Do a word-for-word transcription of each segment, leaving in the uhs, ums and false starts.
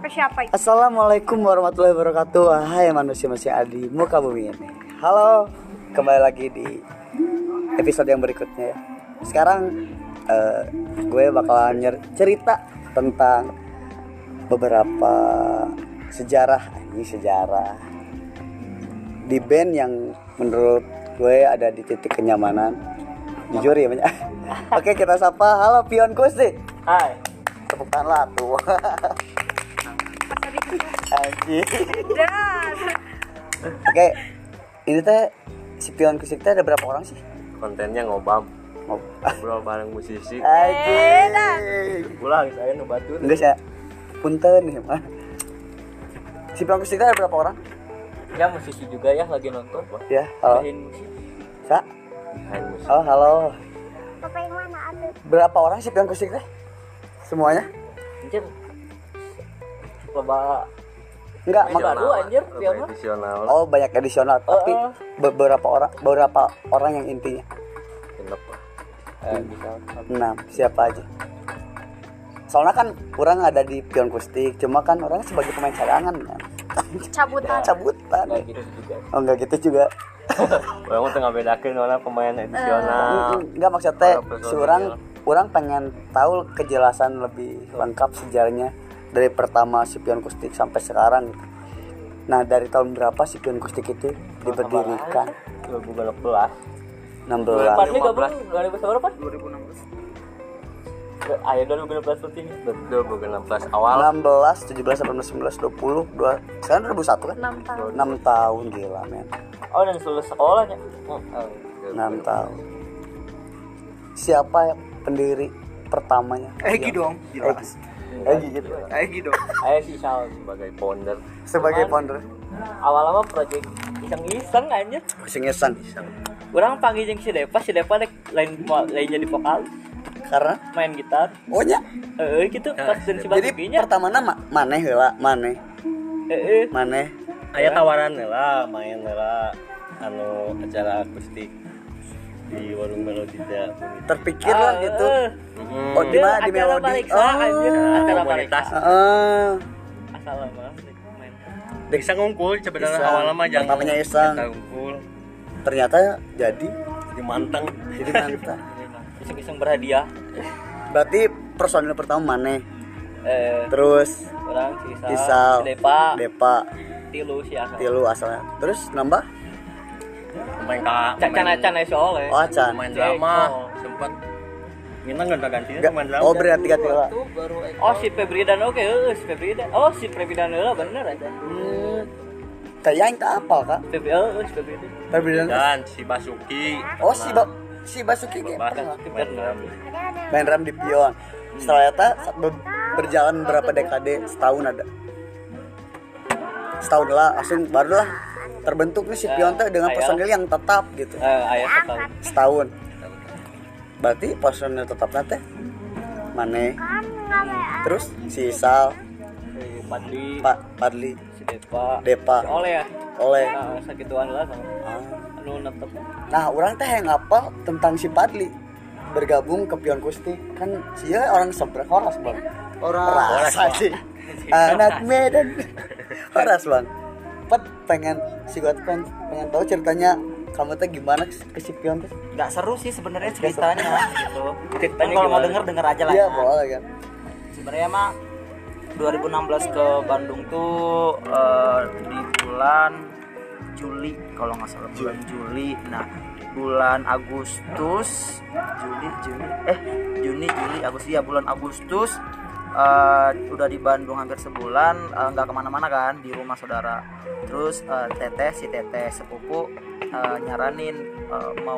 Sampai siapa itu? Assalamualaikum warahmatullahi wabarakatuh. Hai manusia-manusia di muka bumi ini. Halo, kembali lagi di episode yang berikutnya ya. Sekarang uh, gue bakalan nyer- cerita tentang beberapa sejarah ini sejarah di band yang menurut gue ada di titik kenyamanan. Jujur ya banyak. Oke, kita sapa. Halo Pion Kustik. Hai. Tepuk tangan lah tuh. Anjir. Oke, ini teh si Pion Kustik teh ada berapa orang sih? Kontennya ngobam. Ngob- Ngobrol bareng musisi. Anjir. Pulang saya nu batu. Enggak sih. Punten nih, mah. Si Pion Kustik teh ada berapa orang? Ya musisi juga ya lagi nonton. Wah. Ya, halo. Bahin musik. Sa? Bahin musik. Oh, halo. Papa yang mana atuh? Berapa orang si Pion Kustik teh? Semuanya? Anjir. Loba Enggak, mak- baru anjir Lebih piano. edisional. oh banyak edisional, tapi Uh-uh. beberapa orang beberapa orang yang intinya. Genep lah. Eh, bisa. Enam, siapa aja? Soalnya kan orang ada di Pion Kustik, cuma kan orang sebagai pemain cadangan kan. Cabutan. Cabutan. Kayak gitu juga. Oh enggak gitu juga. Orang tengah bedakeun mana pemain edisional. Enggak maksudnya Para si orang orang pengen tahu kejelasan lebih lengkap sejarahnya dari pertama si Pion Kustik sampai sekarang. Nah, dari tahun berapa si Pion Kustik itu diberdirikan? dua ribu enam belas. enam belas. Pasti gabung dua ribu berapa? dua ribu enam belas. Ayo dua ribu enam belas penting. Betul, dua ribu enam belas awal. enam belas, tujuh belas, delapan belas, sembilan belas, dua puluh, dua sekarang dua ribu satu kan? enam tahun. enam tahun gila, men. Oh, dan lulus sekolahnya. Oh, enam tahun. Siapa yang pendiri pertamanya? Egi dong, jelas. Egi gitu. Egi dong. Ayo sih Sal. Sebagai founder. Sebagai Cuman- founder. Awal-awal project iseng-iseng aja. Iseng-iseng. Orang panggil jeung si Depa, si Depa dek lain lain jadi vokal, Karena main gitar. oh nya. Heeh gitu pas dan si Jadi Basukinya. pertama nama maneh heula, maneh. Heeh. Maneh. Aya tawaran lah main lah anu acara akustik di warung Melodi teh. Terpikir lah gitu. Hmm. Oh, di mana di Melodi? Oh, anjir, acara komunitas. Bariksa. Heeh. Asal mah main. Bisa ngumpul sebenarnya Iseng. awalnya mah jangan Pertamanya iseng. kita ngumpul Ternyata jadi di manteng. jadi mantap. Iseng-iseng berhadiah. Berarti personil pertama maneh. Eh, Terus orang si Sal, Isal, si Depa, Depa, Tilu si Asal. Tilu asalnya. Terus nambah? Main ka Cana-cana soalnya. Oh, Acan. main Si drama Eko. sempat minta ganti gantinya Enggak. main drama. Oh, berarti tiga Tila. Oh si Febridan oke, heeh si Febridan. Oh si Febridan heula bener aja. Hmm. Kayak yang tak apal, Kak. Febri heeh si Febridan. Febridan. Dan si Basuki. Oh, si ba si Basuki kayak Bas- pernah main drum. main drum di Pion. Setelah itu saat be- berjalan beberapa dekade, setahun ada. Setahun lah, langsung barulah terbentuk nih si Pion teh dengan Ayah. personil yang tetap gitu. Eh aya setahun. Setahun. Berarti personil tetapnya teh Mane, terus si Sal, Si Padli, Pak Padli, si Depa, Depa, si Oleh ya. Oleh. Nah, sakituan lah sama Ah. anu netep. Nah, orang teh yang ngapal tentang si Padli bergabung ke Pion Kustik kan dia orang seberang Horas bang. Horas sih. Anak Medan. Horas bang. Pet pengen si gue pengen, pengen tahu ceritanya kamu teh gimana ke si Pion teh? Nggak seru sih sebenarnya ceritanya gitu. Ceritanya Kalau mau gimana? denger denger aja lah. Iya ya. boleh kan. Sebenarnya mah dua ribu enam belas ke Bandung tuh eh, di bulan Juli kalau nggak salah bulan Juli. Nah bulan Agustus, Juli, Juli, eh Juni, Juli, Agustus ya bulan Agustus eh, udah di Bandung hampir sebulan eh, nggak kemana-mana kan di rumah saudara. Terus eh, teteh si teteh sepupu eh, nyaranin eh, mau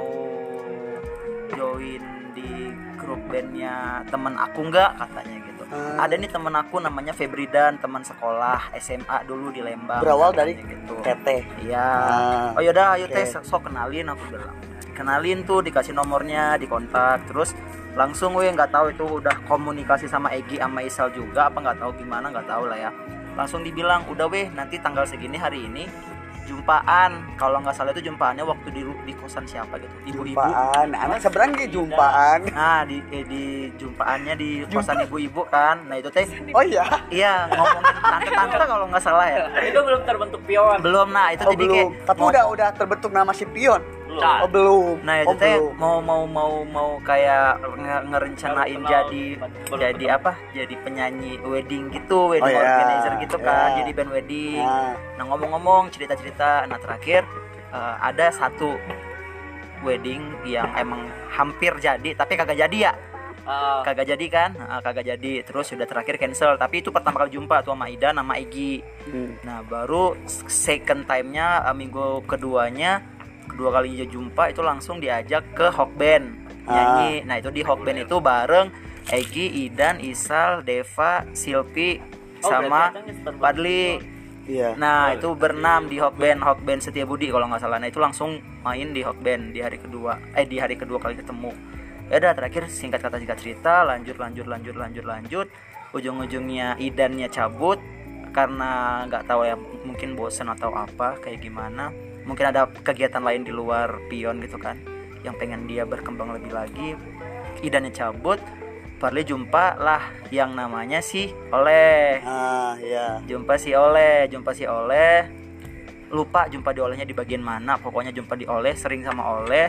join di grup bandnya temen aku nggak katanya gitu. Hmm. Ada nih temen aku namanya Febridan, teman sekolah S M A dulu di Lembang. Berawal dari katanya gitu. teteh. Iya. Ah, Oh yaudah, ayo oke. teh sok kenalin aku bilang. Kenalin tuh dikasih nomornya, dikontak, terus langsung gue nggak tahu itu udah komunikasi sama Egi sama Isal juga apa nggak tahu gimana nggak tahu lah ya. Langsung dibilang udah weh nanti tanggal segini hari ini jumpaan. Kalau nggak salah itu jumpaannya waktu di di kosan siapa gitu, ibu-ibu. Jumpaan, anak seberang gitu jumpaan. Nah di eh, di jumpaannya di kosan ibu-ibu kan. Nah itu teh Oh iya. iya ngomongin tante-tante kalau nggak salah ya. Itu belum terbentuk pion. Belum. Nah itu Oh jadi kayak belum. Tapi mau- udah udah terbentuk nama si Pion. Belum. Oh belum. Nah itu oh, teh belum. mau mau mau mau kayak nge- ngerencanain Baru kenal, jadi baru jadi kenal. apa? Jadi penyanyi wedding gitu, wedding Oh, iya. organizer gitu kan, Iya. jadi band wedding. Nah. Nah ngomong-ngomong cerita-cerita, nah terakhir eh, ada satu wedding yang emang hampir jadi tapi kagak jadi ya. Ah, Kagak jadi kan? Nah, kagak jadi. Terus sudah terakhir cancel. Tapi itu pertama kali jumpa tuh sama Ida sama Egi. Hmm. Nah baru second time-nya eh, minggu keduanya kedua kalinya jumpa itu langsung diajak ke Hokben nyanyi. Nah itu di Hokben itu bareng Egi, Idan, Isal, Deva, Silpi Oh, sama berarti kan terbentuk Padli. Iya. Nah itu berenam di Hokben, Hokben Setiabudi kalau nggak salah. Nah itu langsung main di Hokben di hari kedua, eh di hari kedua kali ketemu. Ya udah terakhir singkat kata singkat cerita, lanjut lanjut lanjut lanjut lanjut. Ujung-ujungnya Idannya cabut karena nggak tahu ya, mungkin bosen atau apa kayak gimana. Mungkin ada kegiatan lain di luar pion gitu kan, yang pengen dia berkembang lebih lagi. Idannya cabut, Parli jumpa lah yang namanya si Oleh. Ah iya. Jumpa si Oleh, jumpa si Oleh. Lupa jumpa di Olehnya di bagian mana, pokoknya jumpa di Oleh, sering sama Oleh.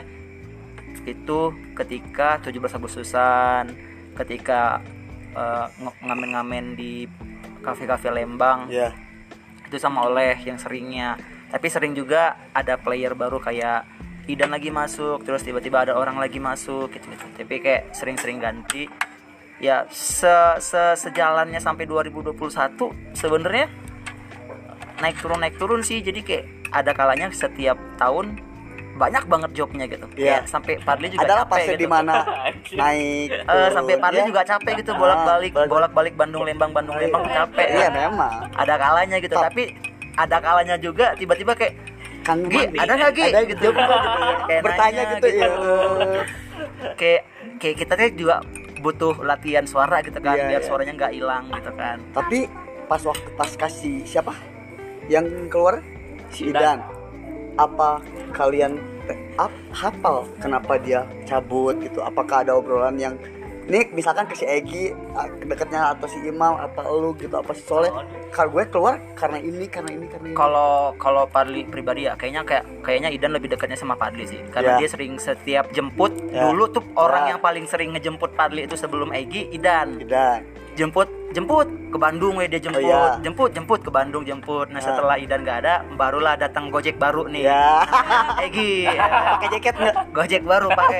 Itu ketika tujuh belas Agustusan, ketika uh, ng- ngamen-ngamen di kafe-kafe Lembang. Iya. Itu sama Oleh yang seringnya. Tapi sering juga ada player baru kayak Idan lagi masuk, terus tiba-tiba ada orang lagi masuk gitu-gitu. Tapi kayak sering-sering ganti. Ya se, se sejalannya sampai dua ribu dua puluh satu sebenarnya naik turun naik turun sih. Jadi kayak ada kalanya setiap tahun banyak banget jobnya gitu. Iya. Ya, sampai Padli juga Adalah capek fase gitu. di mana naik Eh, turun, sampai Padli ya. juga capek gitu, Ah, bolak-balik bolak- bolak-balik Bandung Lembang Bandung Lembang capek. Iya kan. memang. Ada kalanya gitu, Top. tapi ada kalanya juga tiba-tiba kayak Kang Gi, Mandi. ada nggak Gi? Ada Gitu. gitu. Kayak Bertanya nanya gitu, gitu. ya. kayak kayak kita tuh juga butuh latihan suara gitu kan, Iya, biar iya. suaranya nggak hilang gitu kan. Tapi pas waktu pas kasih siapa yang keluar si Idan, apa kalian te- ap, hafal kenapa dia cabut gitu? Apakah ada obrolan yang nih misalkan ke si Egi ah, dekatnya atau si Imam apa lu gitu apa si Soleh? Kalau gue keluar karena ini karena ini karena ini. Kalau kalau Padli pribadi ya kayaknya kayak kayaknya Idan lebih dekatnya sama Padli sih, karena Ya. dia sering setiap jemput. Ya. Dulu tuh orang Ya. yang paling sering ngejemput Padli itu sebelum Egi, Idan. Idan. Jemput jemput ke Bandung, weh dia jemput, iya. jemput jemput ke Bandung jemput. Nah Ya. setelah Idan nggak ada, barulah datang Gojek baru nih. Ya. Egi Pakai jaket nggak? Gojek baru pakai.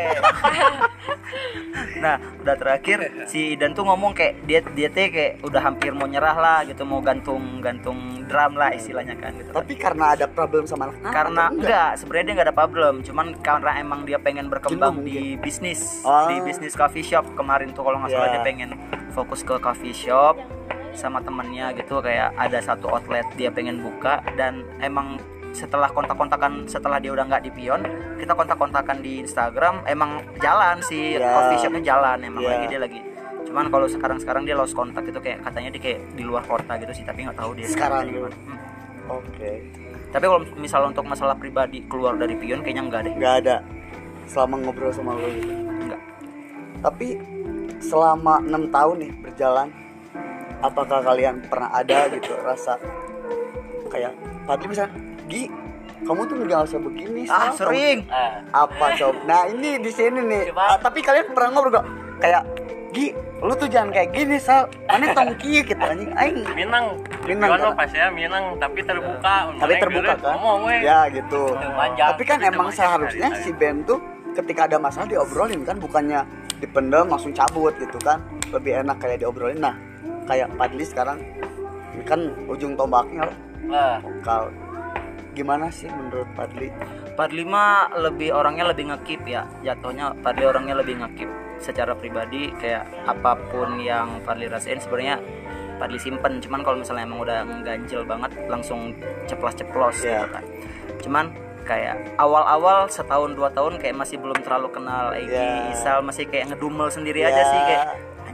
Nah udah terakhir si Idan tuh ngomong kayak dia dia teh kayak udah hampir mau nyerah lah gitu, mau gantung gantung drum lah istilahnya kan gitu. Tapi karena ada problem sama anak-anak. Karena atau enggak, sebenarnya dia nggak ada problem, cuman karena emang dia pengen berkembang Jenuh di bisnis, Ah. di bisnis coffee shop kemarin tuh kalau nggak salah Ya. dia pengen fokus ke coffee shop sama temennya gitu, kayak ada satu outlet dia pengen buka. Dan emang setelah kontak-kontakan, setelah dia udah nggak di Pion, kita kontak-kontakan di Instagram, emang jalan si Ya. coffee shopnya jalan, emang Ya. lagi dia lagi. Cuman kalau sekarang-sekarang dia lost kontak itu, kayak katanya dia kayak di luar kota gitu sih, tapi nggak tahu dia Sekarang kayak gitu. gimana. Hmm. Oke. Tapi kalau misalnya untuk masalah pribadi keluar dari Pion kayaknya enggak deh. Nggak ada selama ngobrol sama lo gitu. Enggak. Tapi selama enam tahun nih berjalan, apakah kalian pernah ada gitu rasa kayak Padli misalnya, Gi, kamu tuh nggak usah begini. Ah, Sal. sering. ah. Apa coba? Nah ini di sini nih. Coba. Ah, tapi kalian pernah ngobrol gak? Kayak Gi, lu tuh jangan kayak gini Sal. Aneh tong kieu gitu anjing. Aing. Minang, Minang, Minang kan? pas ya Minang, tapi terbuka. Tapi terbuka kan? Ngomong we. Ya gitu. Panjang. Tapi kan Kita emang banyak seharusnya sekali. si Ben tuh ketika ada masalah diobrolin kan, bukannya dipendam langsung cabut gitu kan. Lebih enak kayak diobrolin. Nah, kayak Padli sekarang ini kan ujung tombaknya Ah, vokal. Gimana sih menurut Padli? Padli mah lebih orangnya lebih ngekip ya. Jatuhnya Padli orangnya lebih ngekip secara pribadi, kayak apapun yang Padli rasain sebenarnya Padli simpen. Cuman kalau misalnya emang udah ngeganjel banget langsung ceplos-ceplos Iya. gitu kan. Cuman kayak awal-awal setahun dua tahun kayak masih belum terlalu kenal Egi, Iya. Isal, masih kayak ngedumel sendiri Iya. aja sih, kayak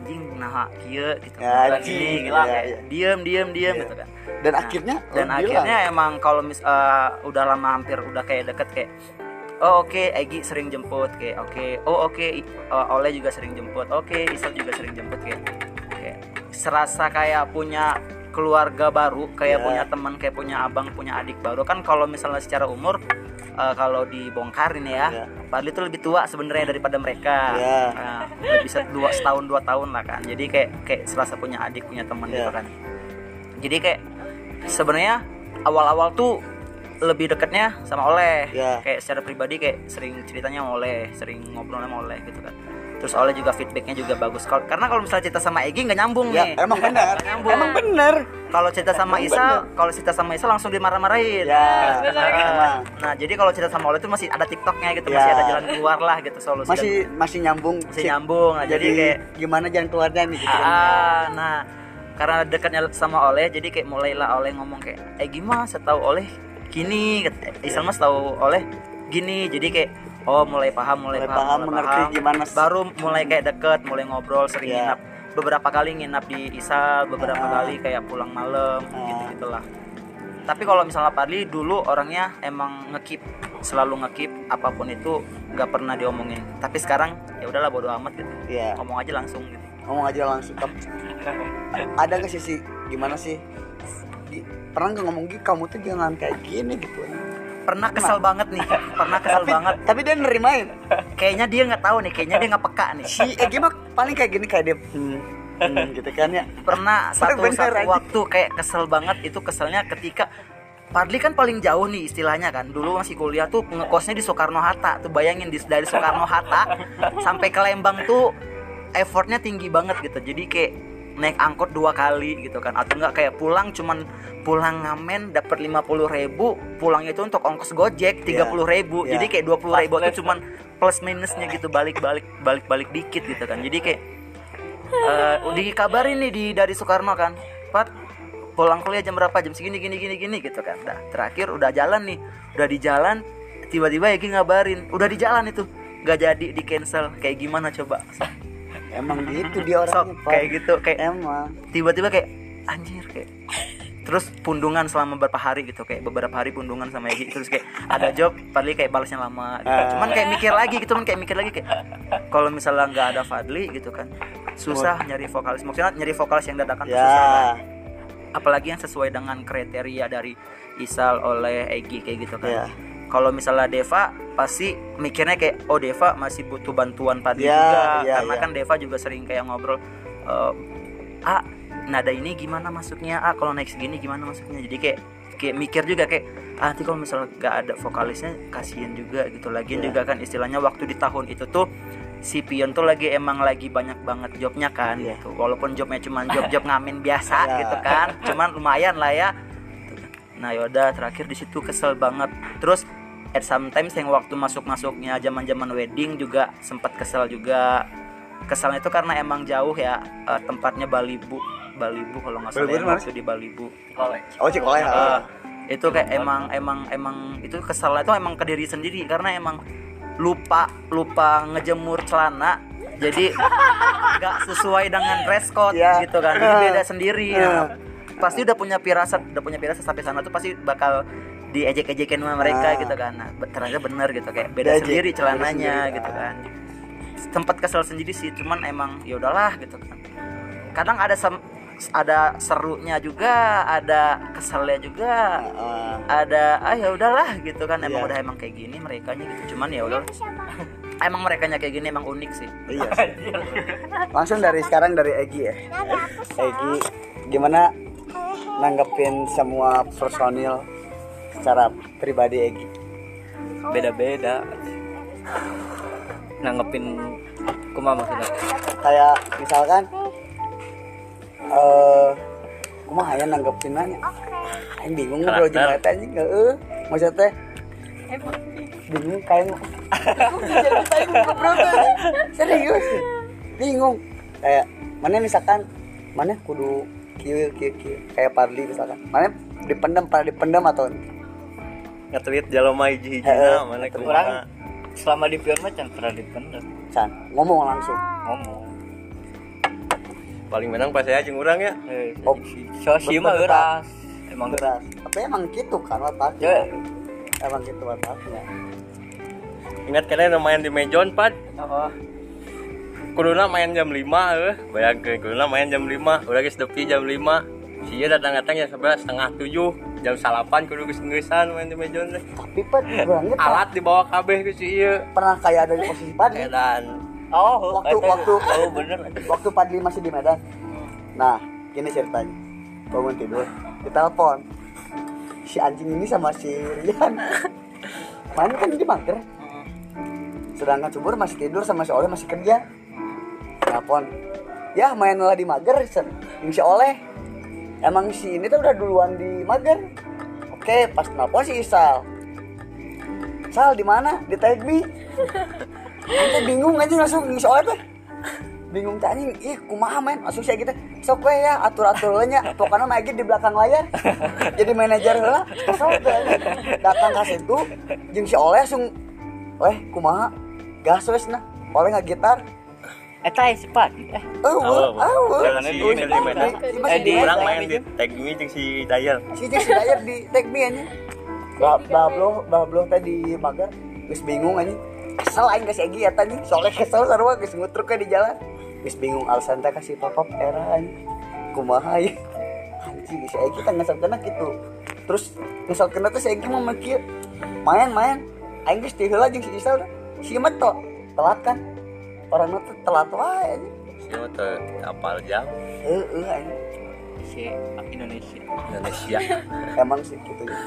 anjing nah kieu gitu. Ya, Lagi anjing, gitu ya, kayak ya. diem diem diem Iya. gitu kan. Dan Nah, akhirnya dan lo akhirnya bilang, emang kalau mis eh, udah lama hampir udah kayak deket kayak oh oke Egi sering jemput kayak oke oh oke I- uh, Oleh juga sering jemput oke Isal juga sering jemput kayak kayak serasa kayak punya keluarga baru kayak Ya. punya teman kayak punya abang punya adik baru kan. Kalau misalnya secara umur uh, kalau dibongkarin ya Ya. Padli itu lebih tua sebenarnya daripada mereka. Ya. Nah, lebih se- dua setahun dua tahun lah kan. Jadi kayak kayak serasa punya adik punya teman Ya. gitu kan. Jadi kayak sebenarnya awal-awal tuh lebih deketnya sama Oleh. Ya. Kayak secara pribadi kayak sering ceritanya sama Oleh, sering ngobrol sama Oleh gitu kan. Terus Oleh juga feedbacknya juga bagus. Kalo, karena kalau misalnya cerita sama Egi nggak nyambung ya nih. emang benar, Nyambung. emang benar. Kalau cerita sama Emang Isal, kalau cerita sama Isal langsung dimarah-marahin. Ya, Nah, emang. nah, jadi kalau cerita sama Oleh itu masih ada TikToknya gitu, Ya. masih ada jalan keluar lah gitu solusi. Masih masih nyambung. masih sih. nyambung. Nah, jadi, Jadi kayak gimana jalan keluarnya nih gitu kan. ah, nah karena dekatnya sama Oleh, jadi kayak mulailah Oleh ngomong kayak, eh gimana setahu Oleh gini, Isal mas tahu Oleh gini, jadi kayak oh mulai paham, mulai, Mulai paham, paham, mulai mengerti paham. gimana. Baru mulai kayak deket, mulai ngobrol, sering Ya. nginap beberapa kali nginap di Isal, beberapa Ah. kali kayak pulang malam, Ah. gitu gitulah. Tapi kalau misalnya Padli dulu orangnya emang ngekip, selalu ngekip apapun itu nggak pernah diomongin. Tapi sekarang ya udahlah bodo amat gitu, Iya. ngomong aja langsung gitu. Ngomong aja langsung. Tapi ada nggak sih sih gimana sih? Gi- Pernah nggak ngomong gitu kamu tuh jangan kayak gini gitu. Pernah kesel banget nih, pernah kesel Tapi, banget. tapi dia nerimain. Kayaknya dia nggak tahu nih, kayaknya dia nggak peka nih. Si Egi mah paling kayak gini kayak dia hmm, hmm, gitu kan ya. Pernah satu Bener satu aja. waktu kayak kesel banget. Itu keselnya ketika Padli kan paling jauh nih istilahnya kan. Dulu masih kuliah tuh ngekosnya di Soekarno Hatta. Tuh bayangin di, dari Soekarno Hatta sampai ke Lembang tuh effortnya tinggi banget gitu. Jadi kayak naik angkot dua kali gitu kan, atau enggak kayak pulang cuman pulang ngamen dapat lima puluh ribu, pulang itu untuk ongkos Gojek tiga puluh ribu. Yeah. Jadi kayak dua puluh ribu itu cuman plus minusnya gitu, balik-balik balik-balik dikit gitu kan. Jadi kayak uh, dikabarin nih di dari Soekarno kan, Pat pulang kuliah jam berapa, jam segini gini gini gini gitu kan. Dah terakhir udah jalan nih, udah di jalan tiba-tiba Egi ngabarin udah di jalan itu nggak jadi, di cancel. Kayak gimana coba? Emang gitu dia Sok, orangnya. Pak. kayak gitu kayak Emang. tiba-tiba kayak anjir kayak terus pundungan selama beberapa hari gitu, kayak beberapa hari pundungan sama Egi. Terus kayak ada job Fadli kayak balasnya lama gitu. Ah. Cuman kayak mikir lagi gitu kan, kayak mikir lagi kayak kalau misalnya nggak ada Fadli gitu kan susah nyari vokalis, maksudnya nyari vokalis yang dadakan tuh Ya. susah kan? Apalagi yang sesuai dengan kriteria dari Isal, Oleh, Egi kayak gitu kan. Ya. Kalau misalnya Deva pasti mikirnya kayak oh Deva masih butuh bantuan Padli Ya, juga, ya, karena ya. kan Deva juga sering kayak ngobrol eh, ah nada ini gimana masuknya, ah kalau naik segini gimana masuknya. Jadi kayak kayak mikir juga kayak ah, nanti kalau misalnya gak ada vokalisnya kasihan juga gitu. Lagian Ya. juga kan istilahnya waktu di tahun itu tuh si Pion tuh lagi emang lagi banyak banget jobnya kan Ya. gitu. Walaupun jobnya cuma job-job ngamen biasa Ya. gitu kan, cuman lumayan lah ya. Nah yaudah terakhir di situ kesel banget. Terus at sometimes yang waktu masuk-masuknya zaman-zaman wedding juga sempat kesel juga. Keselnya itu karena emang jauh ya, eh, tempatnya Balibu. Balibu kalau nggak salah Balibu yang mana waktu di Balibu. Oh Cikoleh. Eh, itu kayak emang emang emang itu keselnya itu emang ke diri sendiri karena emang lupa lupa ngejemur celana. Jadi nggak sesuai dengan dress code Ya. gitu kan. Jadi beda sendiri. Ya. Nah, pasti udah punya firasat, udah punya firasat sampai sana tuh pasti bakal diejek-ejekin sama mereka Ah. gitu kan. Nah, ternyata bener gitu kayak beda Diejek, sendiri beda celananya sendiri. gitu kan. Tempat kesel sendiri sih, cuman emang ya udahlah gitu kan. Kadang ada sem- ada serunya juga, ada keselnya juga. Ah, Ada ah ya udahlah gitu kan, emang Iya. udah emang kayak gini merekanya gitu. Cuman ya udah Itu siapa? emang merekanya kayak gini emang unik sih. iya. Langsung dari sekarang dari Egi ya. Nada aku sih. Egi, gimana nanggepin semua personil secara pribadi Egi? Beda-beda nanggepin kumaha maksudnya. Kayak misalkan eh kumaha ya nanggepin nanya. Oke. Aing bingung bro Karakter. jeung eta anjing heeh. Maksudnya teh bingung kayak serius bingung kayak mana misalkan mana kudu kieu kieu kieu kayak Padli misalkan mana dipendam pada dipendam atau Nge-tweet jalma Heeh, hiji-hijina mana Orang kumaha selama di pion mah can pernah dipendam can ngomong langsung ngomong. paling menang pas saya jeung urang ya. Oh, so si mah euras emang beras. Tapi emang gitu kan wataknya. Ya. Emang gitu wataknya. Ingat kalian main di Mejon, Pat? oh Kuduna main jam lima eueuh, bayangkeun kuduna main jam lima, urang geus nepi jam lima. Sia datang-datang jam sebelas setengah tujuh, jam salapan kudu geus ngeusan main di Mejon teh. Tapi Pat, orangnya Alat dibawa kabeh ke si ieu. pernah kayak ada di posisi Padli. Edan. oh Waktu waktu oh bener waktu Padli masih di Medan. Nah, gini ceritanya. Bangun tidur, ditelepon. Si anjing ini sama si Rian. Main kan di mager. Sedangkan Subur masih tidur sama si Oleh masih kerja. Telepon. Ya, main lah di mager, yang si Oleh. Emang si ini tuh udah duluan di mager. Oke, pas telepon si Isal. Sal di mana? Di Tegbi. Ente bingung aja langsung si Oleh teh. Bingung teh anjing, ih kumaha men, langsung saya gitu. Sok we ya atur-atur nya, pokoknya mah di belakang layar. Jadi manajer heula, sok teh. Datang ka situ jeung si Oleh langsung, "Weh, kumaha? Gas wes nah." Oleh ngagitar. eta cepat eh Oh, Awal, oh, jalan si itu di Medan. masih di Urang Medan. main di Tegmi jeung si Dayal. Si jeung si Dayar di Tegbi anjing. Ba bablo, bablo teh di Magar, geus bingung anjing. Kesel aing ka si Egi eta anjing, soalnya kesel sarua geus ngutruk di jalan. Geus bingung alasan teh kasih pop-up era anjing. Kumaha ieu? Anjing si Egi teh ngesalkeunna kitu. Terus ngesalkeunna teh si Egi mah mikir main-main. Aing geus teu heula jeung si Isal. Si mah to telat kan. Orangna teh telat wae anjing. Siapa tuh apal jam Heeh anjing. si Indonesia Indonesia. Emang sih gitu ya.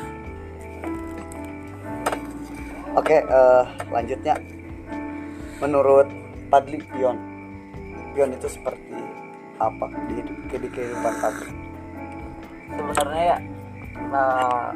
Oke, eh, lanjutnya menurut Padli pion, pion itu seperti apa di hidup di kehidupan Padli? sebenarnya ya nah,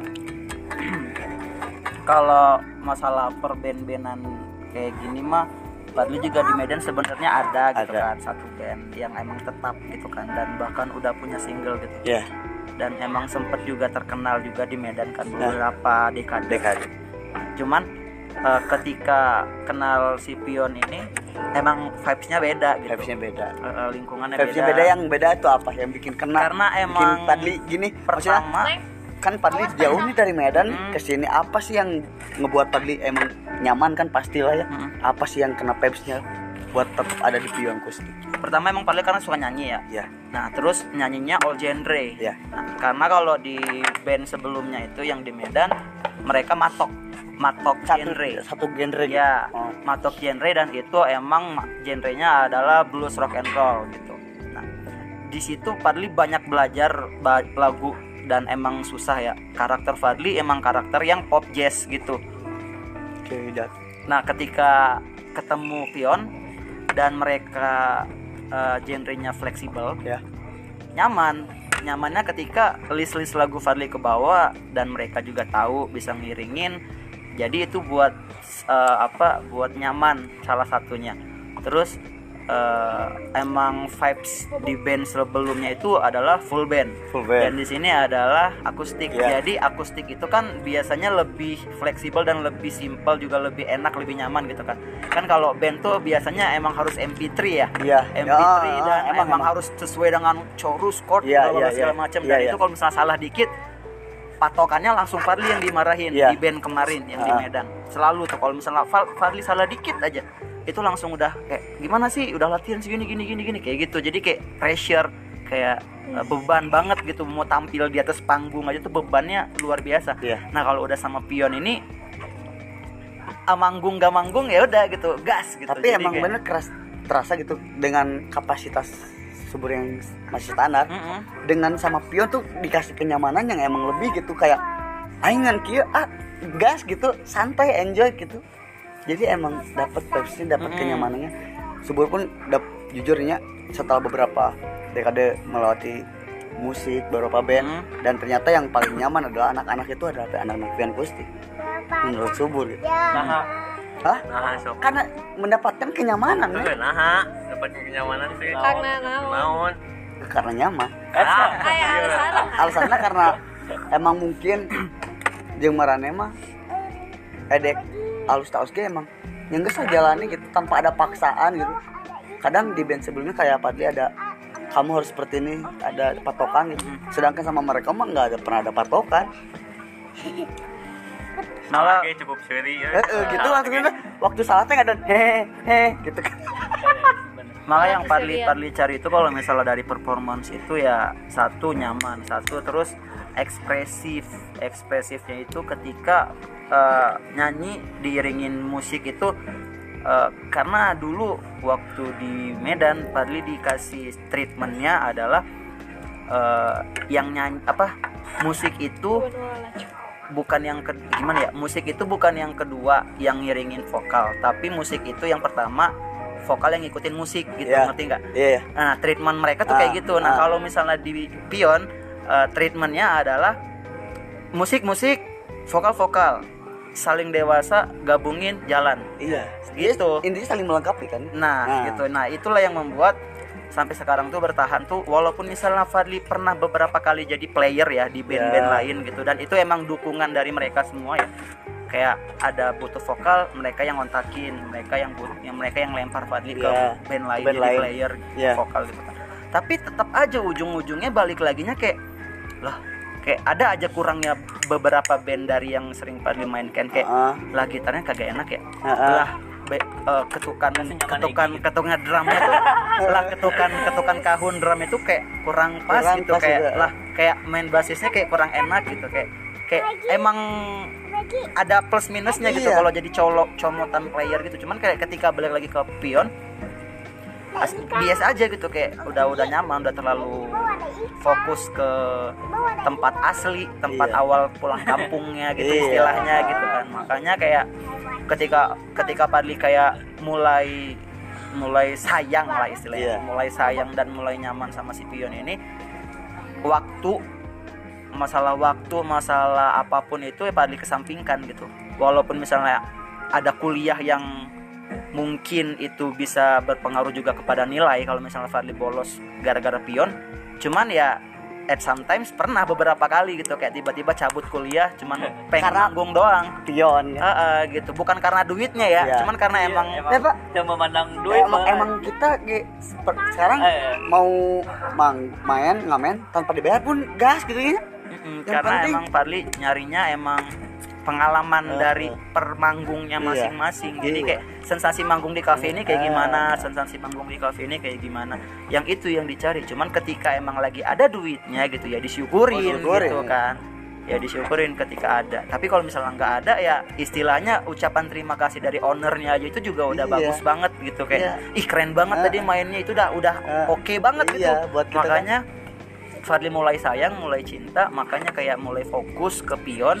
kalau masalah perben-benan kayak gini mah Padli juga di Medan sebenarnya ada gitu Ada. kan satu band yang emang tetap gitu kan dan bahkan udah punya single gitu Ya, dan emang sempet juga terkenal juga di Medan kan Nah. beberapa dekade. dekade. Cuman eh, ketika kenal si Pion ini emang vibes-nya beda gitu. Vibes-nya beda. Eh, eh, lingkungannya Vibes-nya beda. beda yang beda itu apa? Yang bikin kena? Karena bikin emang Padli gini. Maksudnya pertama kan Padli jauh nih dari Medan Hmm. ke sini. Apa sih yang ngebuat Padli emang nyaman kan pastilah ya? Hmm. Apa sih yang kena vibes-nya buat tetap ada di pion Kusti? pertama emang Padli karena suka nyanyi ya. Ya, Nah, terus nyanyinya all genre. ya. Nah, karena kalau di band sebelumnya itu yang di Medan mereka matok matok Satu genre. satu genre. Ya, Oh. matok genre dan itu emang ma- genrenya adalah blues rock and roll gitu. Nah, di situ Padli banyak belajar ba- lagu dan emang susah ya. Karakter Padli emang karakter yang pop jazz gitu. Oke, dat. Nah, ketika ketemu Pion dan mereka eh, genrenya fleksibel, Ya. nyaman. Nyamannya ketika list-list lagu Fadli ke bawah dan mereka juga tahu bisa ngiringin. Jadi itu buat eh, apa? Buat nyaman salah satunya. Terus eh, emang vibes di band sebelumnya itu adalah full band. Full band. Dan di sini adalah akustik. Ya. Jadi akustik itu kan biasanya lebih fleksibel dan lebih simpel juga lebih enak, lebih nyaman gitu kan. Kan kalau band tuh biasanya emang harus M P tiga ya. Iya. M P tiga Ya, dan emang, emang, emang. harus sesuai dengan chorus chord Iya, bla bla iya, segala iya. macam Iya, dan iya. itu kalau misalnya salah dikit patokannya langsung Fadli yang dimarahin Iya. di band kemarin yang di Ah. Medan. Selalu tuh kalau misalnya Fa- Fadli salah dikit aja itu langsung udah kayak gimana sih udah latihan segini gini gini gini kayak gitu. Jadi kayak pressure kayak uh, beban banget gitu mau tampil di atas panggung aja tuh bebannya luar biasa. Iya. Nah, kalau udah sama Pion ini ah, manggung gak manggung ya udah gitu gas gitu. Tapi Jadi emang kayak- bener keras terasa gitu dengan kapasitas subur yang masih standar. Mm-mm. Dengan sama pion tuh dikasih kenyamanan yang emang lebih gitu kayak aingan kieu ah gas gitu, santai enjoy gitu. Jadi emang dapat vibes-nya, dapat Mm-mm. kenyamanannya. Subur pun dap, jujurnya setelah beberapa dekade melewati musik beberapa band Mm. dan ternyata yang paling nyaman adalah anak-anak itu adalah anak-anak pian akustik menurut Subur gitu. Nah, Hah? nah sok. Karena mendapatkan kenyamanan Tuh, ya. nah, dapat kenyamanan sih. Karena naon? Naon? Karena nyaman. Ah, Kayak alasan. Alasannya karena emang mungkin jeung marane mah edek alus taus ge emang yang geus jalani gitu tanpa ada paksaan gitu. Kadang di band sebelumnya kayak Padli ada kamu harus seperti ini, ada patokan gitu. Sedangkan sama mereka mah nggak ada pernah ada patokan. Malah Oke, cukup seri ya. Eh, eh, gitu langsung waktu salah teh ada hehe hehe gitu kan. malah yang Padli Padli cari itu kalau misalnya dari performance itu ya satu nyaman, satu terus ekspresif. Ekspresifnya itu ketika uh, nyanyi diiringin musik itu uh, karena dulu waktu di Medan Padli dikasih treatmentnya adalah uh, yang nyanyi apa musik itu bukan yang ke, gimana ya musik itu bukan yang kedua yang ngiringin vokal, tapi musik itu yang pertama vokal yang ngikutin musik gitu, yeah. ngerti nggak? Iya. Yeah. Nah treatment mereka tuh Ah, kayak gitu. Nah ah. kalau misalnya di pion uh, treatmentnya adalah musik musik vokal vokal saling dewasa gabungin jalan Iya. gitu. Intinya saling melengkapi kan. Nah, Nah. gitu. Nah itulah yang membuat sampai sekarang tuh bertahan tuh walaupun misalnya Fadli pernah beberapa kali jadi player ya di band-band Ya. lain gitu, dan itu emang dukungan dari mereka semua ya, kayak ada butuh vokal mereka yang ngontakin, mereka yang but, yang mereka yang lempar Fadli ke Ya. band lain Band jadi lain. player Ya. vokal gitu kan. Tapi tetap aja ujung-ujungnya balik laginya kayak lah kayak ada aja kurangnya beberapa band dari yang sering Fadli mainkan kayak Ah. lah gitarnya kagak enak ya, Ah, ah. lah be, eh, ketukan ketukan ketukan drumnya tuh lah ketukan ketukan kahun drum itu kayak kurang pas Kurang gitu pas kayak juga. lah kayak main basisnya kayak kurang enak gitu kayak kayak emang ada plus minusnya gitu Iya. kalau jadi colok comotan player gitu. Cuman kayak ketika balik lagi ke pion as- biasa aja gitu kayak udah udah nyaman, udah terlalu fokus ke tempat asli, tempat Iya. awal pulang kampungnya gitu Iya. istilahnya gitu kan. Makanya kayak ketika ketika Padli kayak mulai mulai sayang lah istilahnya, Iya. mulai sayang dan mulai nyaman sama si pion ini, waktu masalah waktu masalah apapun itu ya Padli kesampingkan gitu. Walaupun misalnya ada kuliah yang mungkin itu bisa berpengaruh juga kepada nilai kalau misalnya Fadli bolos gara-gara pion, cuman ya at sometimes pernah beberapa kali gitu kayak tiba-tiba cabut kuliah cuman pengen Karena- manggung doang. Pion ya. Eh, eh, gitu bukan karena duitnya ya, Iya. cuman karena emang Ya, Pak. Yang memandang duit emang, mah. emang kita ge- seper- sekarang Eh. mau mang, main ngamen tanpa dibayar pun gas gitu ya. Mm-mm, Yang karena penting- emang Fadli nyarinya emang pengalaman Uh, dari uh. per manggungnya Iya. masing-masing. Jadi Iya. kayak sensasi manggung di kafe ini kayak Uh. gimana, sensasi manggung di kafe ini kayak gimana. Yang itu yang dicari. Cuman ketika emang lagi ada duitnya gitu ya disyukurin, Oh, syukurin, gitu ya. kan. Ya disyukurin ketika ada. Tapi kalau misalnya nggak ada ya istilahnya ucapan terima kasih dari ownernya aja itu juga udah Iya. bagus banget gitu kayak ih keren banget Uh. tadi mainnya itu udah udah Uh. oke banget Iya, gitu. buat kita Makanya Fadli mulai sayang, mulai cinta, makanya kayak mulai fokus ke pion,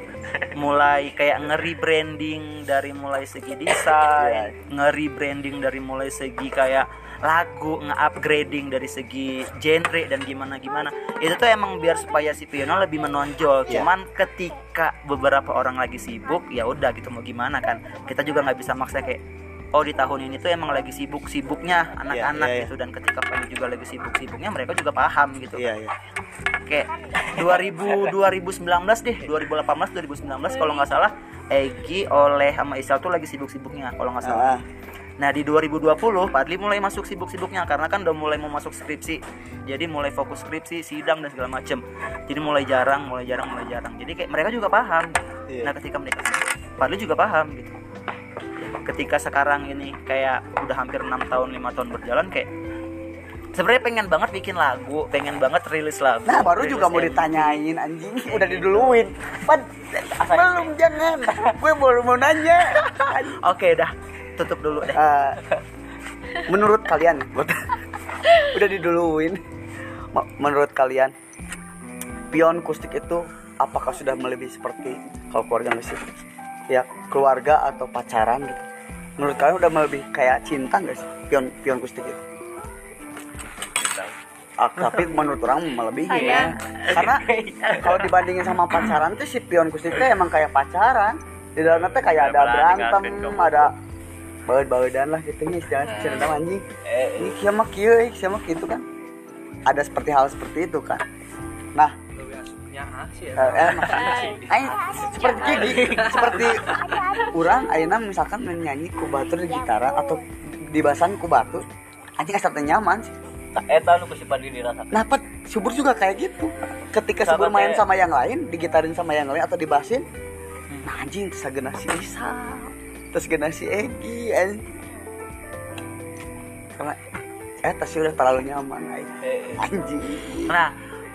mulai kayak nge-rebranding dari mulai segi desain, nge-rebranding dari mulai segi kayak lagu, nge-upgrading dari segi genre dan gimana-gimana. Itu tuh emang biar supaya si pion lebih menonjol. Iya. Cuman ketika beberapa orang lagi sibuk, ya udah gitu mau gimana kan. Kita juga nggak bisa maksa kayak oh di tahun ini tuh emang lagi sibuk-sibuknya anak-anak iya, iya. gitu, dan ketika Fadli juga lagi sibuk-sibuknya mereka juga paham gitu. Iya, iya. Kayak dua ribu dua ribu sembilan belas deh, dua ribu delapan belas dua ribu sembilan belas kalau nggak salah Egi oleh sama Isal tuh lagi sibuk-sibuknya kalau nggak salah. Ah. Nah di dua ribu dua puluh Fadli mulai masuk sibuk-sibuknya karena kan udah mulai mau masuk skripsi. Jadi mulai fokus skripsi, sidang dan segala macem. Jadi mulai jarang, mulai jarang, mulai jarang. Jadi kayak mereka juga paham. Iya. Nah ketika mereka Fadli juga paham gitu. Ketika sekarang ini kayak udah hampir enam tahun lima tahun berjalan kayak sebenarnya pengen banget bikin lagu, pengen banget rilis lagu. Nah baru rilis juga mau M V. ditanyain anjing, udah diduluin. Pan, belum jangan. Gue baru mau nanya. Oke dah, tutup dulu deh. Eh, menurut kalian, udah diduluin. Ma- Menurut kalian, pion kustik itu apakah sudah melebihi seperti kalau keluarga musik? Ya keluarga atau pacaran gitu? Menurut kalian udah melebihi kayak cinta nggak sih pion pion kustik itu? Ah, tapi menurut orang melebihi ya. Karena kalau dibandingin sama pacaran tuh si pion kustik teh emang kayak pacaran. Di dalamnya teh kayak ada Bener-bener berantem, diingatin kamu. ada baud-baudan lah gitu nih, jangan cerita anjing. Ini siapa kieu, ini siapa gitu kan. Ada seperti hal seperti itu kan. Nah, eh, eh, maksudnya, aing seperti gini, seperti orang ayeuna misalkan nyanyi ku batur di gitaran atau di basan ku batu, anjing asa teu nyaman sih. Eta nu si Padli dirasakan. Nah, Pat, Subur juga kayak gitu. Ketika Subur Sama main kayak- sama yang lain, digitarin sama yang lain atau dibasin, nah anjing terus sagena si Isa, terus gena si Egi, anjing. Karena eta sih udah terlalu nyaman, Eh, anjing. Nah,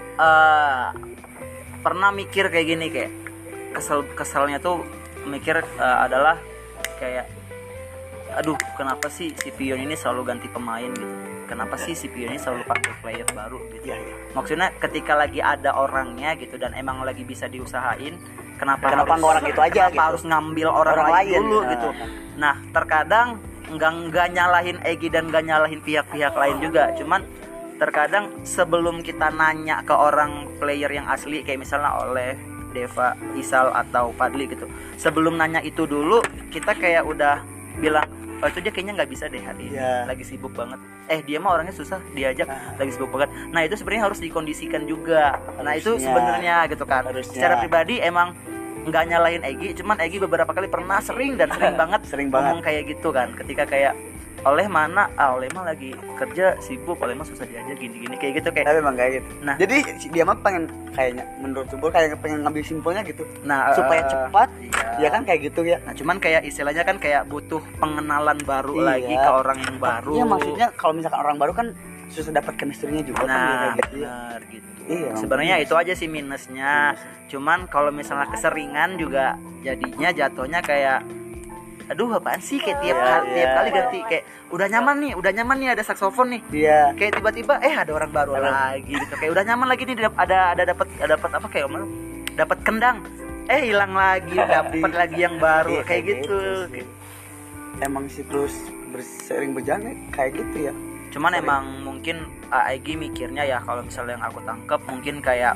eh, pernah mikir kayak gini kayak kesel keselnya tuh mikir eh, adalah kayak aduh kenapa sih si Pion ini selalu ganti pemain gitu, kenapa sih si Pion ini selalu pakai player baru gitu. Iya, iya. Maksudnya ketika lagi ada orangnya gitu dan emang lagi bisa diusahain, kenapa Kenapa harus, nggak orang itu aja kenapa gitu? harus ngambil orang, Orang lain lain, dulu ya. gitu. Nah terkadang nggak nggak nyalahin Egi dan nggak nyalahin pihak-pihak lain juga, cuman terkadang sebelum kita nanya ke orang player yang asli kayak misalnya oleh Deva, Isal atau Padli gitu, sebelum nanya itu dulu kita kayak udah bilang oh itu dia kayaknya nggak bisa deh hari ini, Iya. lagi sibuk banget. Eh dia mah orangnya susah diajak, Nah. lagi sibuk banget. Nah itu sebenarnya harus dikondisikan juga. Nah itu Harusnya. sebenarnya gitu kan. Harusnya. Secara pribadi emang nggak nyalahin Egi, cuman Egi beberapa kali pernah sering dan sering banget Sering ngomong kayak gitu kan. Ketika kayak oleh mana, ah oleh mah lagi kerja sibuk, oleh mah susah diajak gini-gini kayak gitu kayak. Tapi emang kayak gitu. Nah. Jadi si- dia mah pengen kayaknya menurut Subur kayak pengen ngambil simpelnya gitu. Nah Supaya eh, cepat. iya. Ya kan kayak gitu ya. Nah cuman kayak istilahnya kan kayak butuh pengenalan baru Iya. lagi ke orang yang baru. Iya, maksudnya kalau misalkan orang baru kan susah dapat chemistry-nya juga kan Nah, kayak gitu. ya. benar gitu. Iya, Sebenarnya itu aja sih minusnya. Cuman kalau misalnya keseringan juga jadinya jatuhnya kayak aduh apaan sih kayak tiap Iya, kali iya. tiap kali ganti kayak udah nyaman nih, udah nyaman nih ada saksofon nih. Iya. Kayak tiba-tiba eh ada orang baru lagi gitu. Kayak udah nyaman lagi nih dap- ada ada dapat ada dapat apa kayak omong dapat kendang. Eh hilang lagi, dapat lagi yang baru Iya, kayak gitu. sih. Emang siklus bersering berjalan kayak gitu ya. Cuman emang mungkin A I G mikirnya ya kalau misalnya yang aku tangkep mungkin kayak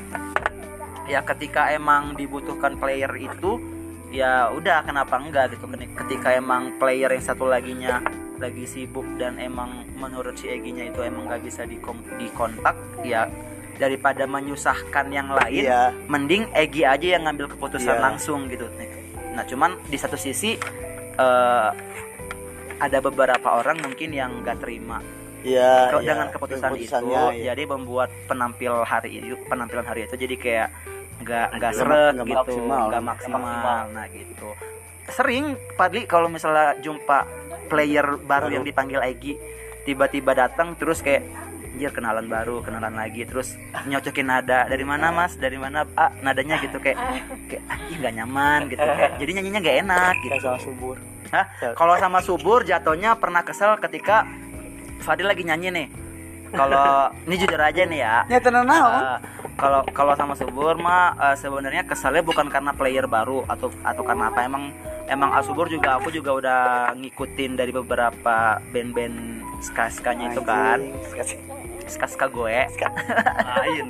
ya ketika emang dibutuhkan player itu ya udah kenapa enggak gitu. Ketika emang player yang satu laginya lagi sibuk dan emang menurut si Egi-nya itu emang gak bisa dikom- dikontak ya daripada menyusahkan yang lain, Iya. mending Egi aja yang ngambil keputusan Iya. langsung gitu. Nah cuman di satu sisi eh, ada beberapa orang mungkin yang gak terima Iya. Ke- iya. dengan keputusan itu, Keputusannya, iya. jadi membuat penampil hari itu penampilan hari itu jadi kayak nggak nggak Nggak seret mak- nggak gitu, maksimal. nggak maksimal. Nah gitu. Sering Padli kalau misalnya jumpa player baru yang dipanggil Egi, tiba-tiba datang terus kayak anjir kenalan baru, kenalan lagi, terus nyocokin nada dari mana mas, dari mana ah nadanya gitu kayak kayak anjir nggak nyaman gitu, kayak jadi nyanyinya nggak enak gitu. Kayak sama Subur. Hah? Kalau sama Subur jatuhnya pernah kesel ketika Fadil lagi nyanyi nih. Kalau ini jujur aja nih ya. Ya tenang naon. eh, Kalau kalau sama Subur mah eh, sebenarnya kesalnya bukan karena player baru atau atau karena apa, emang emang Asubur juga aku juga udah ngikutin dari beberapa band-band ska-skanya itu kan. Anjing. Ska-ska gue. lain.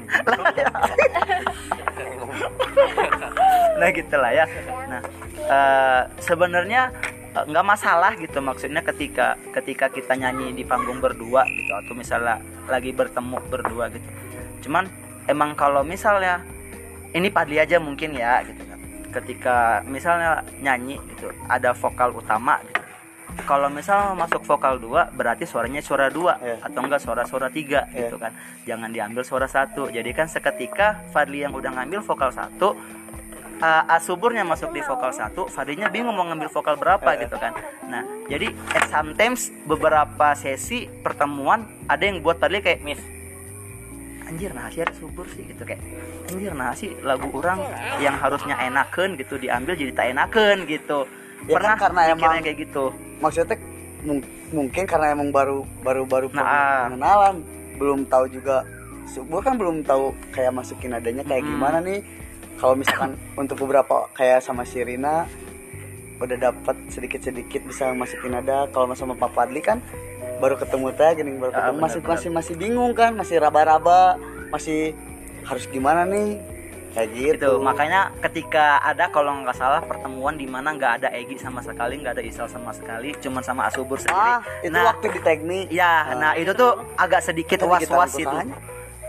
Nah gitulah ya. Nah eh, sebenarnya eh, nggak masalah gitu, maksudnya ketika ketika kita nyanyi di panggung berdua gitu atau misalnya lagi bertemu berdua gitu. Cuman emang kalau misalnya ini Padli aja mungkin ya gitu kan. Ketika misalnya nyanyi gitu ada vokal utama gitu. Kalau misal masuk vokal dua berarti suaranya suara dua Yeah. atau enggak suara-suara tiga Yeah. gitu kan. Jangan diambil suara satu. Jadi kan seketika Fadli yang udah ngambil vokal satu, uh, Asuburnya masuk di vokal satu, Fadlinya bingung mau ngambil vokal berapa Yeah. gitu kan. Nah, jadi at sometimes beberapa sesi pertemuan ada yang buat Fadli kayak miss. Anjir nah sih ada subur sih gitu kayak anjir nah sih lagu orang yang harusnya enakeun gitu diambil jadi tak enakeun gitu. Ya Pernah kan karena mikirnya emang- kayak gitu. Maksudnya mung- mungkin karena emang baru baru baru Nah. pengenalan, belum tahu juga. Subur kan belum tahu kayak masukin nadanya kayak Hmm. gimana nih. Kalau misalkan untuk beberapa kayak sama Sirina udah dapat sedikit-sedikit bisa masukin nada. Kalau sama Pak Fadli kan baru ketemu teh gini baru Ah, ketemu benar, masih benar. masih masih bingung kan, masih raba-raba, masih harus gimana nih kayak gitu. Gitu. Makanya ketika ada kalau nggak salah pertemuan di mana nggak ada Egi sama sekali, nggak ada Isal sama sekali, cuman sama Asubur sendiri. Ah, itu nah, waktu di teknik. ya, nah itu tuh agak sedikit Kita was-was gitar itu. usahanya.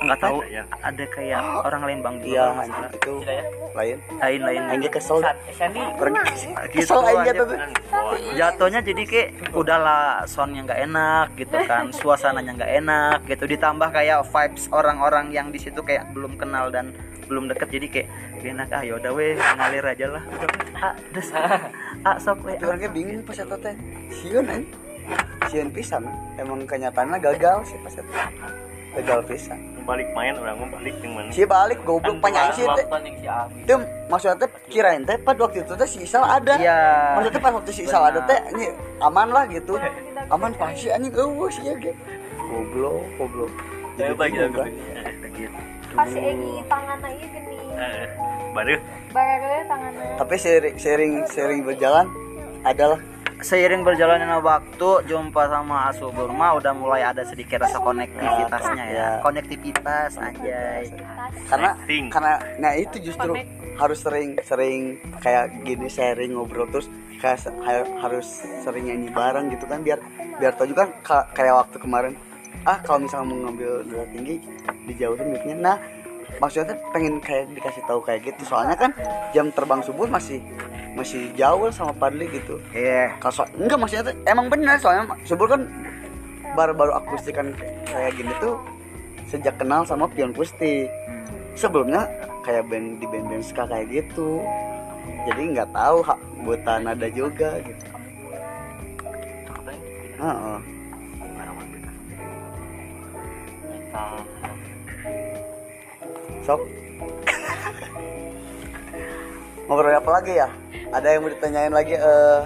nggak tahu Ada ya? ada kayak orang Lembang juga Iya, kalau nggak salah. itu Tidak ya? lain. lain lain Aing kesel. Sandy Pergi. Gitu Kesel aja aja. tuh. Jatuhnya jadi kayak udahlah soundnya nggak enak gitu kan, suasananya nggak enak gitu, ditambah kayak vibes orang-orang yang di situ kayak belum kenal dan belum deket, jadi kayak gak enak. Ah yaudah weh, ngalir aja lah udah. Ah des ah sok weh. Itu orang kayak bingung pas eta teh. Sieun aing. Sieun pisan. Emang kenyataannya gagal sih pas eta. Gagal pisan. balik main orang mau balik yang mana Si balik goblok panjang sih teh. Waktu yang si Abi. Itu maksudnya teh kirain teh pada waktu itu teh si Isal ada. Iya. Maksudnya pas waktu si Isal ada teh ini aman lah gitu. Aman pasti anjing eueuh sih ya ge. Goblok, goblok. Jadi bagi bingung, aku kan? Pas Egi tanganna ieu gini. Eh, baru Barare tanganna. Tapi sering sering sering berjalan adalah Seiring berjalannya waktu, jumpa sama Asubur mah udah mulai ada sedikit rasa konektivitasnya ya. Konektivitas anjay. karena Connecting. karena nah itu justru harus sering sering kayak gini sharing ngobrol terus kayak se- ha- harus sering nyanyi bareng gitu kan biar biar tau juga kan ka- kayak waktu kemarin ah kalau misalnya mau ngambil darah tinggi dijauhin mic-nya. Nah maksudnya tuh pengen kayak dikasih tahu kayak gitu soalnya kan jam terbang subuh masih masih jauh sama Padli gitu. Iya. Kalau so- enggak maksudnya tuh emang benar soalnya subuh kan baru-baru akustik kan kayak gini tuh sejak kenal sama Pion Pusti. Sebelumnya kayak band di band-band ska kayak gitu. Jadi nggak tahu hak buatan nada juga gitu. Heeh. Sok. Ngobrol apa lagi ya? Ada yang mau ditanyain lagi eh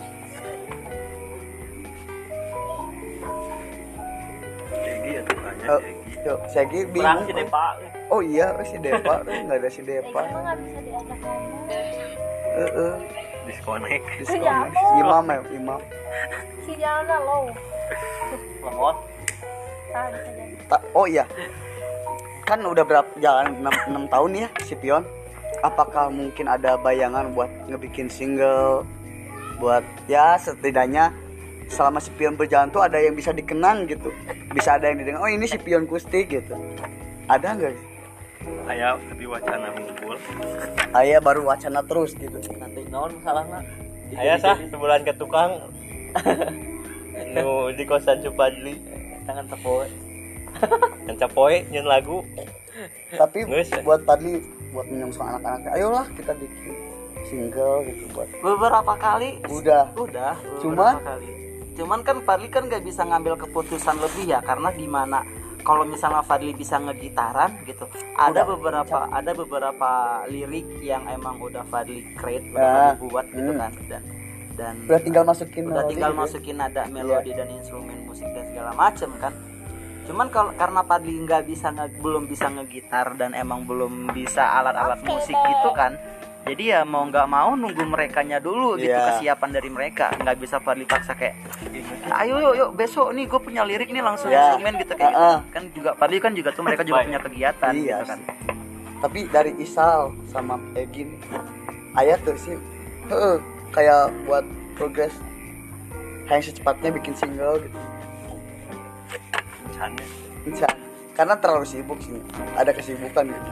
Egi ya tuh tanya eh, Egi. yuk, saya Gi Perang bingung. si Depa. Oh iya, si Depa, nggak ada si Depa. Egi mah nggak bisa diajak ngomong. Heeh. Disconnect Diskon. Imam ya, Imam. Si jalannya low. Lemot. Ah, bisa jadi. Ta- oh iya. Kan udah berapa jalan enam tahun ya si Pion. Apakah mungkin ada bayangan buat ngebikin single buat ya setidaknya selama si Pion berjalan tuh ada yang bisa dikenang gitu. Bisa ada yang didengar, oh ini si Pion Kusti gitu. Ada nggak? ayah tapi wacana ngumpul Ayah baru wacana terus gitu. Nanti naon salahna? ayah sah sebulan ke tukang nu di kosan Cupadli Tangan tepoe. yang capoe nyen lagu Tapi Nges, ya? buat tadi buat menyongsong anak-anak, ayolah kita bikin single gitu buat. Beberapa kali Udah. udah Cuman? beberapa kali. Cuman kan Fadli kan nggak bisa ngambil keputusan lebih ya, karena gimana kalau misalnya Fadli bisa ngegitaran gitu, ada Udah. beberapa ada beberapa lirik yang emang udah Fadli create, Ya. udah Fadli buat gitu Hmm. kan, dan dan Udah tinggal masukin udah melodi tinggal gitu ya. masukin nada, melodi dan instrumen musik dan segala macem kan. Cuman kalau karena Fadli nggak bisa nge, belum bisa ngegitar dan emang belum bisa alat-alat musik gitu kan, jadi ya mau nggak mau nunggu merekanya dulu gitu, Iya. kesiapan dari mereka. Nggak bisa Fadli paksa kayak ayo yuk yuk besok nih gue punya lirik nih langsung Iya. instrumen gitu kayak Uh-uh. gitu. Kan juga Fadli kan juga tuh mereka juga punya kegiatan Iya gitu kan. sih. Tapi dari Isal sama Egin ayah tuh sih heeh, kayak buat progres kayak secepatnya bikin single gitu. rencananya Bisa. Karena terlalu sibuk sih. Ada kesibukan gitu.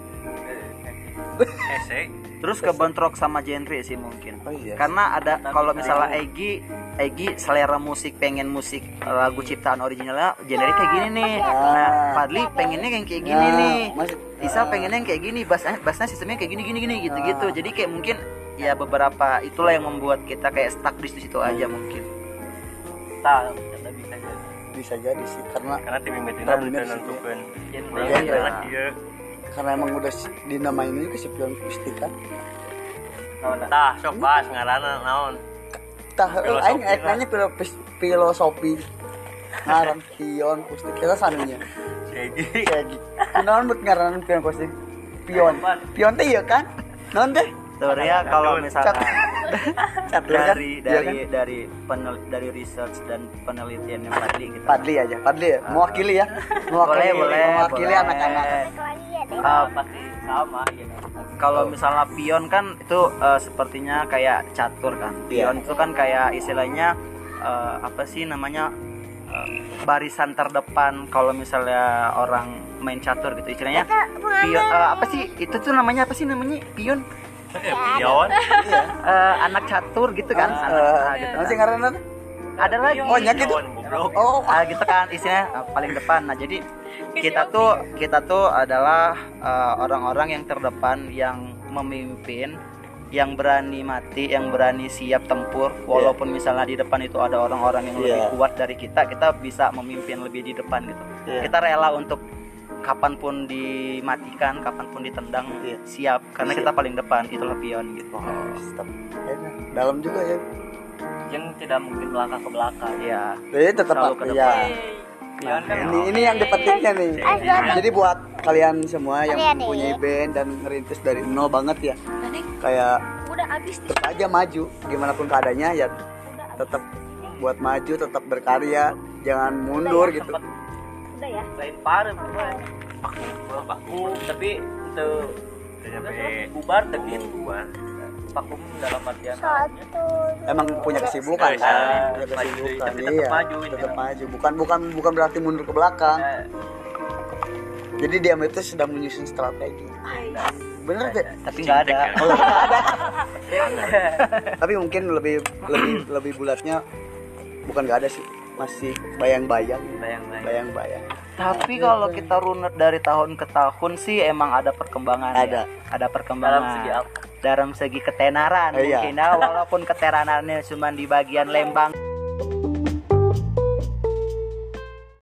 esek Terus kebentrok sama genre sih mungkin. Oh iya. Karena ada kalau misalnya Egi Egi selera musik pengen musik lagu ciptaan originalnya generik kayak gini nih. Nah, Fadli pengennya yang kayak gini Nah, nih. masih- Isa nah. pengennya yang kayak gini, bass bassnya sistemnya kayak gini gini gini gitu-gitu. Jadi kayak mungkin ya beberapa itulah yang membuat kita kayak stuck di situ aja mungkin. Tah, kita bisa jadi. Bisa jadi sih karena karena tim meeting Karena udah bener sih, nentukan Genre. Iya, iya. lagi ya karena emang udah si- dinamain juga si Pion Kusti kan. Naon dah? tah sok bahas ngarana naon Tah Filosofi aing aing lah. nanya filo- filosofi. Ngaran Pion Kusti kita sanunya. si Egi Kayak gitu. Kunaon buat ngaran Pion Kusti? Pion. Pion teh iya kan? Naon teh? Sebenarnya kalau misalnya Catur kan? dari Iya dari kan? dari penel, dari research dan penelitiannya Fadli gitu. Padli aja, Padli ya. Mewakili ya. Mewakili, Boleh, boleh, mewakili boleh. anak-anak. Lagi ya deh. Uh, Pasti sama gitu. Kalau misalnya pion kan itu uh, sepertinya kayak catur kan. Pion Iya. itu kan kayak istilahnya uh, apa sih namanya uh, barisan terdepan kalau misalnya orang main catur gitu istilahnya. Pion, eh, apa sih itu tuh namanya apa sih namanya pion? Pion. Eh, anak catur gitu kan. Ah, Anak- ah, gitu. Masih ngaranna? Ada lagi. Oh, nyak itu. Oh, Ah, gitu kan isinya ah, paling depan. Nah jadi kita tuh kita tuh adalah eh, orang-orang yang terdepan yang memimpin, yang berani mati, yang berani siap tempur. Walaupun misalnya di depan itu ada orang-orang yang lebih Iya. kuat dari kita, kita bisa memimpin lebih di depan gitu. Iya. Kita rela untuk kapanpun dimatikan, kapanpun ditendang, Iya. siap karena Siap. kita paling depan. Itulah pion gitu. Stop. Enak. Dalam juga ya. Yang tidak mungkin melangkah ke belakang. Iya. Jadi tetap Selalu ke ya. Pion kan Ini ini yang dipetiknya nih. Jadi buat kalian semua yang Adik-adik. mempunyai band dan ngerintis dari nol banget ya, Tadi kayak udah habis nih. tetap aja maju gimana pun keadaannya ya, tetap buat maju, tetap berkarya, jangan mundur gitu. sempat Udah ya. lain parah bukan. Aku aku tapi itu Sampai bubar tapi bubar. vakum dalam artian Satu. Emang punya kesibukan Iya, kan, punya maju, kesibukan, tapi tetap iya, maju ini. tetap maju. Bukan bukan bukan berarti mundur ke belakang. Eh, Jadi dia itu sedang menyusun strategi. Bener gak? Tapi nggak ada. Oh, nggak ada. Tapi mungkin lebih lebih lebih bulatnya bukan nggak ada sih, masih bayang-bayang, bayang-bayang. bayang-bayang. Tapi kalau kita runut dari tahun ke tahun sih emang ada perkembangan. Ada. ya. Ada Dalam perkembangan. segi apa? Dalam segi ketenaran Eh, iya. mungkin ya, walaupun ketenarannya cuma di bagian Lembang.